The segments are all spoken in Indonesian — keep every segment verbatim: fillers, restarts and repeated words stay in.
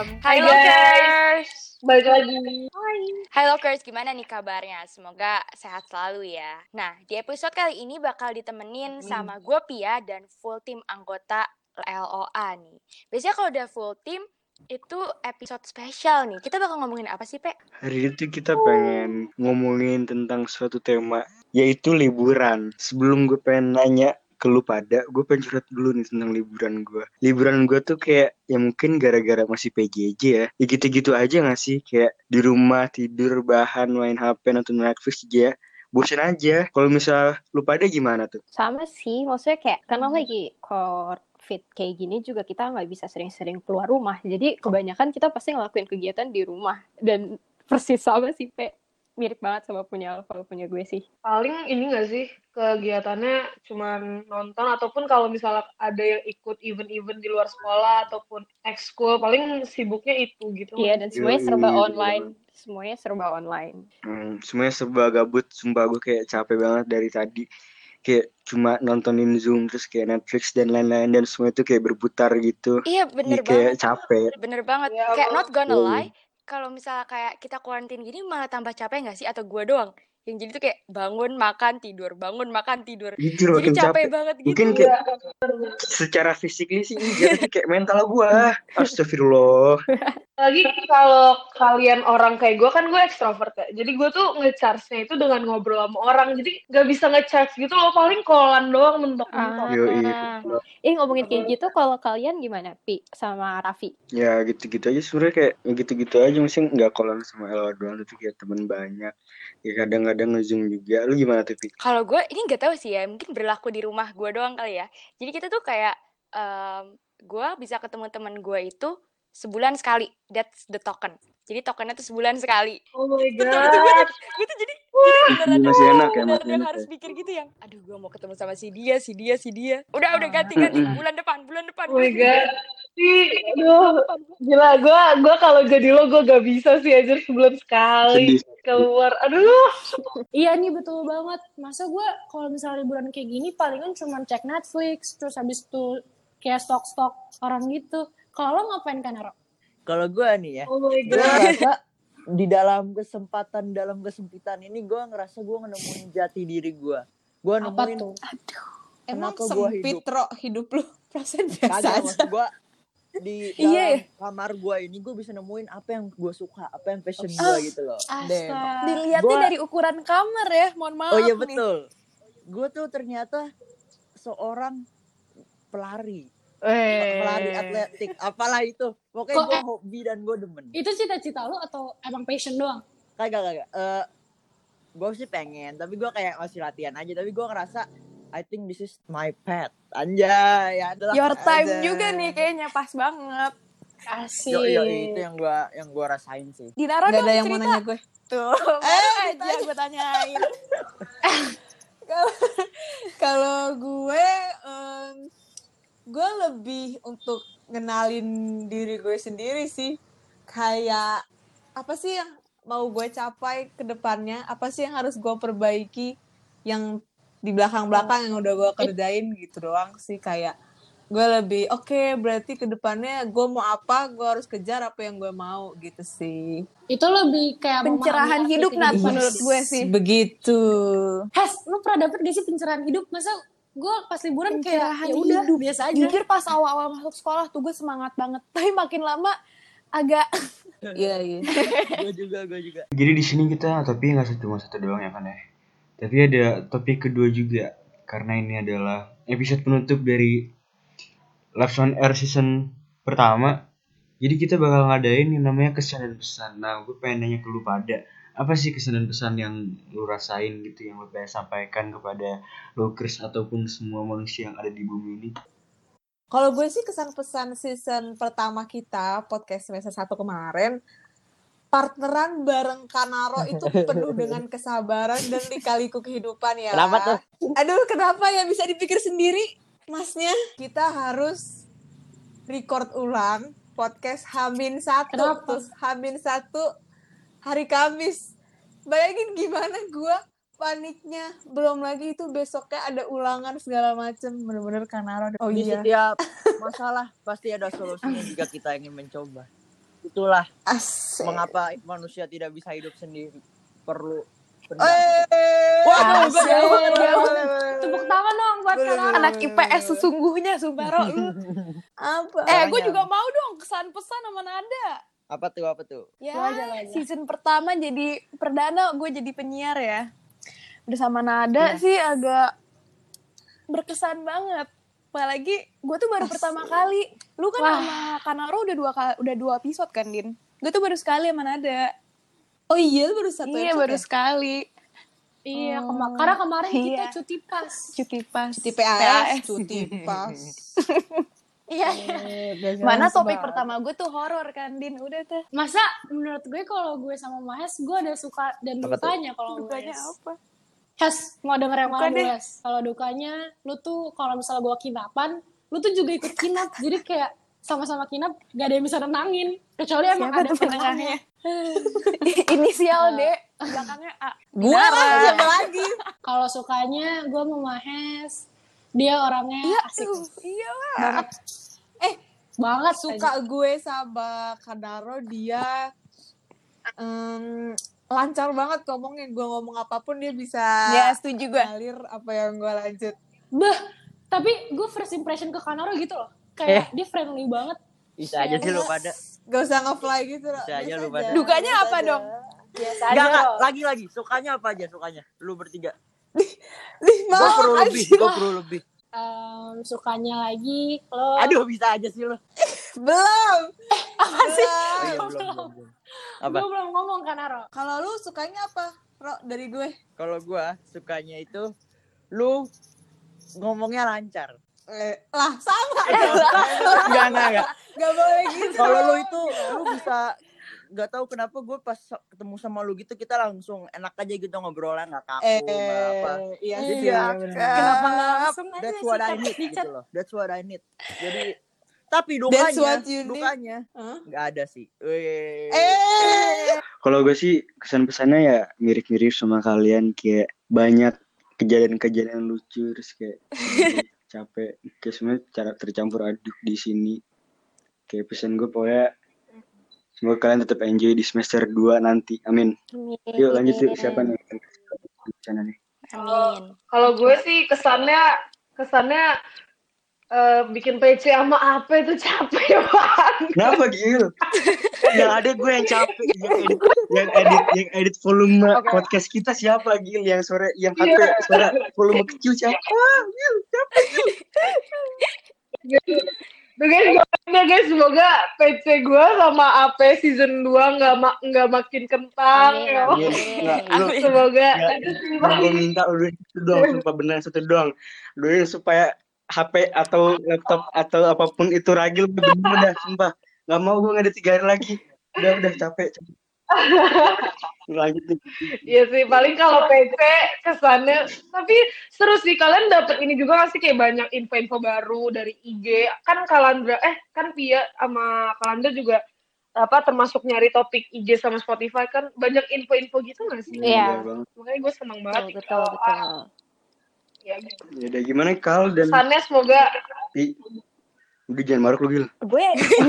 Hai Lokers, balik lagi. Hai. Hai Lokers, gimana nih kabarnya? Semoga sehat selalu ya. Nah, di episode kali ini bakal ditemenin hmm. sama gue Pia dan full tim anggota L O A nih. Biasanya kalau udah full tim, itu episode spesial nih. Kita bakal ngomongin apa sih, Pe? Hari itu kita pengen ngomongin tentang suatu tema, yaitu liburan. Sebelum gue pengen nanya ke lu pada, gue pengen curhat dulu nih tentang liburan gue. Liburan gue tuh kayak, ya mungkin gara-gara masih P J J ya. Ya gitu-gitu aja gak sih? Kayak di rumah, tidur, bahan, main H P, nonton Netflix aja. Bosen aja. Kalau misal lu pada gimana tuh? Sama sih, maksudnya kayak, karena lagi COVID kayak gini juga kita gak bisa sering-sering keluar rumah. Jadi kebanyakan kita pasti ngelakuin kegiatan di rumah. Dan persis sama sih, Pe. Mirip banget sama punya kalau punya gue sih. Paling ini nggak sih kegiatannya cuman nonton ataupun kalau misalnya ada yang ikut event-event di luar sekolah ataupun ekskul paling sibuknya itu gitu. Iya, dan semuanya serba online. Semuanya serba online. Hmm, semuanya serba gabut. Sumpah gue kayak capek banget dari tadi. Kayak cuma nontonin Zoom terus kayak Netflix dan lain-lain dan semua itu kayak berputar gitu. Iya bener Jadi kayak banget. capek. Bener banget. Ya, kayak not gonna lie. Kalau misalnya kayak kita kuarantin gini malah tambah capek nggak sih? Atau gue doang? Yang jadi tuh kayak bangun, makan, tidur. Bangun, makan, tidur. Jujur, jadi capek, capek banget gitu. Mungkin kayak secara fisikly sih enggak, tapi kayak mental gue. Astagfirullah. Lagi kalau kalian orang kayak gue kan gue ekstrovert ya. Jadi gue tuh nge-charge-nya itu dengan ngobrol sama orang. Jadi gak bisa nge-charge gitu loh. Paling callan doang mentok-mentok. Ah, Yoi. Eh ngomongin kayak gitu, kalau kalian gimana, Pi sama Raffi? Ya gitu-gitu aja sebenarnya, kayak gitu-gitu aja, mesti nggak callan sama Ella doang, tapi kayak temen banyak. Ya kadang-kadang nge-zoom juga. Lu gimana tuh, Pi? Kalau gue ini nggak tahu sih ya, mungkin berlaku di rumah gue doang kali ya. Jadi kita tuh kayak um, gue bisa ketemu teman gue itu sebulan sekali. That's the token. Jadi tokennya tuh sebulan sekali. Oh my god. Gue tuh jadi jadi Masih enak ya, masih beneran enak harus ya. pikir gitu yang, aduh gue mau ketemu sama si dia, si dia, si dia. Udah udah ganti-ganti bulan depan, bulan depan. Oh my god. Sih, aduh, gila, gue gue kalau jadi lo gue gak bisa sih aja sebulan sekali Sedih. keluar. Aduh. Iya nih betul banget. Masa gue kalau misalnya liburan kayak gini palingan cuma cek Netflix, terus habis itu kayak stok-stok orang gitu. Kalau lo ngapain kan, Aro? Kalau gue nih ya, Oh my gue god. ngerasa di dalam kesempatan, dalam kesempitan ini gue ngerasa gue nemuin jati diri gue. Gue nemuin. Apa tuh? Aduh, emang kenapa gua sempit hidup? Ro hidup lu? Perasaan biasa Kagak, aja. maksud gue di dalam Iya. kamar gue ini gue bisa nemuin apa yang gue suka, apa yang passion Oh, gue gitu loh. Astaga. Dilihatnya Gua- dari ukuran kamar ya, mohon maaf Oh iya nih. betul. Gue tuh ternyata seorang pelari, Eh. pelari atletik, apalah itu. Pokoknya Kok, gue eh, hobi dan gue demen. Itu cita-cita lo atau emang passion doang? Kagak kagak. Eh, gue sih pengen, tapi gue kayak masih latihan aja. Tapi gue ngerasa, I think this is my path. Anjay, ya adalah. Your time Anjay. juga nih kayaknya pas banget. Asik. Yo yo itu yang gue yang gue rasain sih. Dinara Gak dong ada yang cerita. mau nanya gue. Tuh, baru aja gue tanyain. Kalau kalau gue, em, gue lebih untuk ngenalin diri gue sendiri sih. Kayak apa sih yang mau gue capai ke depannya? Apa sih yang harus gue perbaiki? Yang di belakang-belakang yang udah gue kerjain gitu doang sih. Kayak gue lebih oke okay, berarti ke depannya gue mau apa, gue harus kejar apa yang gue mau gitu sih. Itu lebih kayak Pencerahan memahami hidup arti Nat kehidupan. menurut gue sih. Begitu. Hes, lu pernah dapet gak sih pencerahan hidup? Masa gue pas liburan kayak Pencerahan ya udah hidup. biasa aja. Jujur pas awal-awal masuk sekolah tuh gue semangat banget. Tapi makin lama agak Iya, iya. Gue juga gue juga. Jadi di sini kita tapi nggak cuma satu doang ya kan ya. Tapi ada topik kedua juga, karena ini adalah episode penutup dari Live on Air season pertama. Jadi kita bakal ngadain yang namanya kesan dan pesan. Nah, gue pengen nanya ke lu pada, apa sih kesan dan pesan yang lu rasain gitu, yang lu pengen sampaikan kepada Lokers ataupun semua manusia yang ada di bumi ini? Kalau gue sih kesan pesan season pertama kita podcast semester satu kemarin, partneran bareng Kanaro itu penuh dengan kesabaran dan lika-liku kehidupan ya. Kenapa tuh? Aduh, kenapa ya, bisa dipikir sendiri masnya. Kita harus record ulang podcast Hamin satu. Kenapa? Terus Hamin satu hari Kamis. Bayangin gimana gue paniknya. Belum lagi itu besoknya ada ulangan segala macem. Bener-bener Kanaro. Oh Di iya. setiap masalah pasti ada solusinya jika kita ingin mencoba. Itulah Asik. mengapa manusia tidak bisa hidup sendiri. Perlu Eh, pendamping. waduh, gue Asik. jauh, jauh. Tepuk tangan dong buat Boleh, Kanaro. boleh. Anak I P S sesungguhnya, Sumparo lu. Apa? Eh, gue Makanya. juga mau dong kesan pesan sama Nada. Apa tuh, apa tuh? Ya, Lo aja, lo aja. season pertama jadi perdana gue jadi penyiar ya. Udah sama Nada sih agak berkesan banget. Apalagi gue tuh baru pertama kali. Lu kan Wah. sama Kanaro udah dua kali, udah dua episode kan, Din? Gue tuh baru sekali sama Nada. Oh iya, lu baru satu Iya, episode baru ya? sekali. Iya, Oh, kema- karena kemarin kita iya. cuti pas. Cuti pas. Cuti P A S, cuti pas. Iya. Mana topik pertama gue tuh horor kan, Din? Udah tuh. Masa menurut gue kalau gue sama Mahes, gue ada suka dan Apa tuh? dukanya kalau Dukanya Mahes. apa? Hes, mau denger yang Buka mana dulu, deh. Hes? Kalau dukanya, lu tuh kalau misalnya gue kinapan, lu tuh juga ikut kinap. Jadi kayak sama-sama kinap, gak ada yang bisa nenangin. Kecuali emang Siapa ada tuh penengahnya. Inisial D, belakangnya A. Gue lah, siapa lagi? Kalau sukanya, gue sama Mahes. Dia orangnya Iya, asik tuh. Iya lah. banget. Eh, Banget. suka gue sama Kanaro, dia em, lancar banget ngomongnya. Gue ngomong apapun dia bisa Ya, setuju gue. ngalir apa yang gue lanjut. Bah, tapi gue first impression ke Kanaro gitu loh. Kayak dia friendly banget. Bisa aja sih lu pada. Gak usah nge-fly gitu loh. Bisa aja Biasa lu pada. Dukanya biasa apa aja. dong? Biasa Enggak, aja enggak. loh. Lagi-lagi. Sukanya apa aja sukanya? Lu bertiga. Ih, Gue mau perlu lebih. anjir. Gue perlu lebih. Em, sukanya lagi lo Aduh, bisa aja sih lu. Belum. apa sih? Oh iya, belum, belum, belum. Apa? Gue belum ngomong kan Aro. Kalau lu sukanya apa, Ro, dari gue? Kalau gua sukanya itu lu ngomongnya lancar. Eh, lah, sama. Enggak, enggak, enggak. Gak boleh gitu. Kalau lu itu lu bisa nggak tahu kenapa gue pas ketemu sama lu gitu kita langsung enak aja gitu ngobrolnya nggak kaku nggak apa. Eh, iya Jadi sih. ya, Kenapa nggak langsung aja That's sih? what I need gitu loh. That's what I need. Jadi tapi dukanya, That's what you need. dukanya Hah? nggak ada sih. Wih. Eh, Kalau gue sih kesan-pesannya ya mirip-mirip sama kalian, kayak banyak kejadian-kejadian lucu, terus kayak capek, kayak semuanya cara tercampur aduk di sini. Kayak pesan gue pokoknya semoga kalian tetap enjoy di semester dua nanti. Amin. Yuk lanjut yuk, siapa nih? Sana nih. Amin. Kalau gue sih kesannya kesannya eh, bikin P C sama A P itu capek banget. Kenapa Gil? Yang ada gue yang capek, yang edit, yang edit, yang edit volume podcast kita siapa Gil? Yang suara, yang H P suara volume kecil siapa? Gil, capek Gil. Tuh guys, doain guys, semoga P C gue sama A P season dua nggak ma- nggak makin kentang. Amin, ya. amin. Nggak, lu, Semoga nggak, gue minta lu itu doang, sumpah beneran satu doang. Doain supaya H P atau laptop atau apapun itu ragil bener-bener dah, sumpah. Nggak mau gue ngedit tiga hari lagi. Udah, udah capek. capek. Lanjut nih. Iya sih, paling kalau P C kesannya, tapi seru sih, kalian dapet ini juga nggak sih, kayak banyak info-info baru dari I G, kan Kalandra, eh kan Pia sama Kalandra juga apa termasuk nyari topik I G sama Spotify, kan banyak info-info gitu nggak sih? Iya. banget. Makanya gue seneng banget. Betul, betul, betul. Ya, gitu. Ya udah gimana Kal dan Kesannya semoga Pi. Udah jangan maruk lu Gil. Gue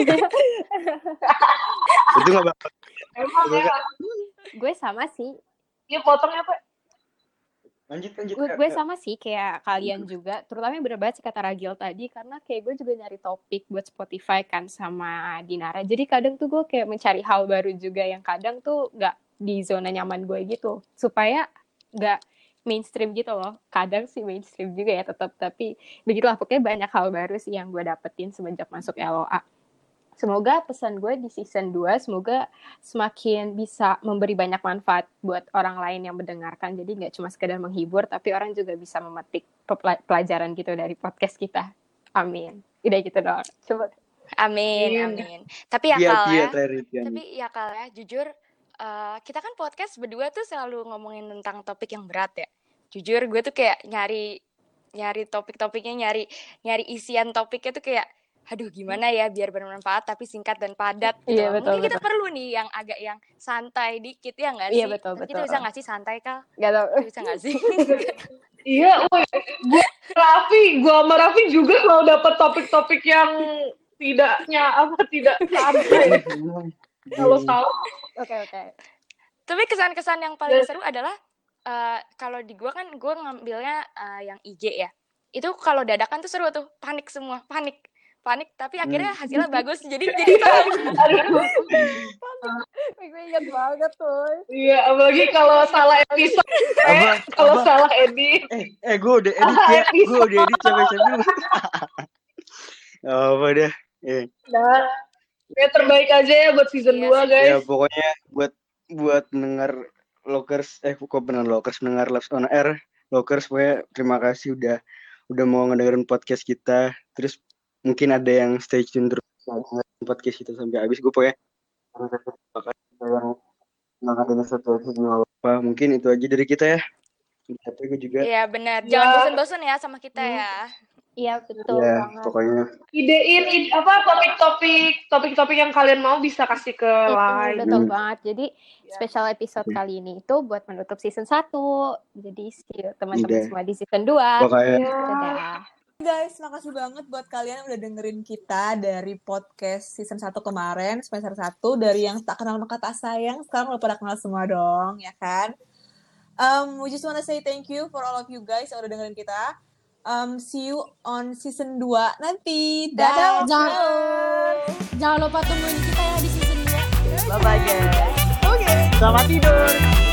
Itu nggak bakal. emang ya, Gue sama sih. ya potongnya Pak. Lanjut lanjut. Gue, Kak. gue sama sih kayak kalian juga. Terutama yang bener banget sih kata Ragil tadi. Karena kayak gue juga nyari topik buat Spotify kan sama Dinara. Jadi kadang tuh gue kayak mencari hal baru juga yang kadang tuh gak di zona nyaman gue gitu. Supaya gak mainstream gitu loh. Kadang sih mainstream juga ya tetap. Tapi begitulah, pokoknya banyak hal baru sih yang gue dapetin semenjak masuk L O A. Semoga pesan gue di season dua, semoga semakin bisa memberi banyak manfaat buat orang lain yang mendengarkan. Jadi nggak cuma sekedar menghibur, tapi orang juga bisa memetik pe- pelajaran gitu dari podcast kita. Amin. Udah gitu doang. Coba. Amin, Amin. amin. Tapi ya Iya, Kal iya, ya, terakhir, Tian. tapi ya Kal ya, jujur eh, kita kan podcast berdua tuh selalu ngomongin tentang topik yang berat ya. Jujur gue tuh kayak nyari nyari topik-topiknya, nyari nyari isian topiknya tuh kayak aduh gimana ya biar bermanfaat tapi singkat dan padat gitu. Iya, betul, Mungkin kita betul. perlu nih yang agak yang santai dikit ya nggak sih? Iya, betul, Kita betul. bisa nggak sih santai Kal? Gak tau. Bisa nggak sih? Iya, woi, gue Raffi, gue sama Raffi juga kalau dapet topik-topik yang tidaknya apa tidak sampai kalau salah. Oke oke. Tapi kesan-kesan yang paling Dan- seru adalah eh, kalau di gua kan gua ngambilnya eh, yang I G ya. Itu kalau dadakan tuh seru tuh, panik semua, panik. Panik tapi akhirnya hasilnya bagus. Jadi jadi Aduh. Gue ingat banget tuh. Iya, apalagi kalau salah episode, Apa? eh, kalau Apa? salah edit. Eh, eh gue udah edit Ah, ya. episode. Gue udah edit capek-capek. Oh, apa dah. Eh, Nah, ya terbaik aja ya buat season Iya dua sih. guys. ya pokoknya buat buat mendengar Lokers eh kok benar Lokers mendengar Labs on Air Lokers, pokoknya terima kasih udah udah mau ngedengerin podcast kita. Terus mungkin ada yang stay tune terus ngedengerin podcast kita sampai habis. Gue pokoknya terima kasih yang ngedengerin satu episode nggak apa. Mungkin itu aja dari kita ya. Tapi gue juga Iya benar. Ya. Jangan bosan-bosan ya sama kita ya. Iya betul ya banget. pokoknya Idein ide, apa topik-topik topik-topik yang kalian mau bisa kasih ke Mm-mm, line. betul Hmm. banget. Jadi special episode kali ini itu buat menutup season satu. Jadi see you teman-teman Udah. semua di season dua. pokoknya Ya. Dadah. Guys, makasih banget buat kalian yang udah dengerin kita dari podcast season satu kemarin, semester satu, dari yang tak kenal maka tak sayang, sekarang udah pada kenal semua dong, ya kan? Um, we just wanna say thank you for all of you guys yang udah dengerin kita. Um, see you on season dua nanti. Dadah, Dadah. Jangan, jangan lupa tungguin kita ya di season dua. Bye bye guys. Oke. Selamat tidur.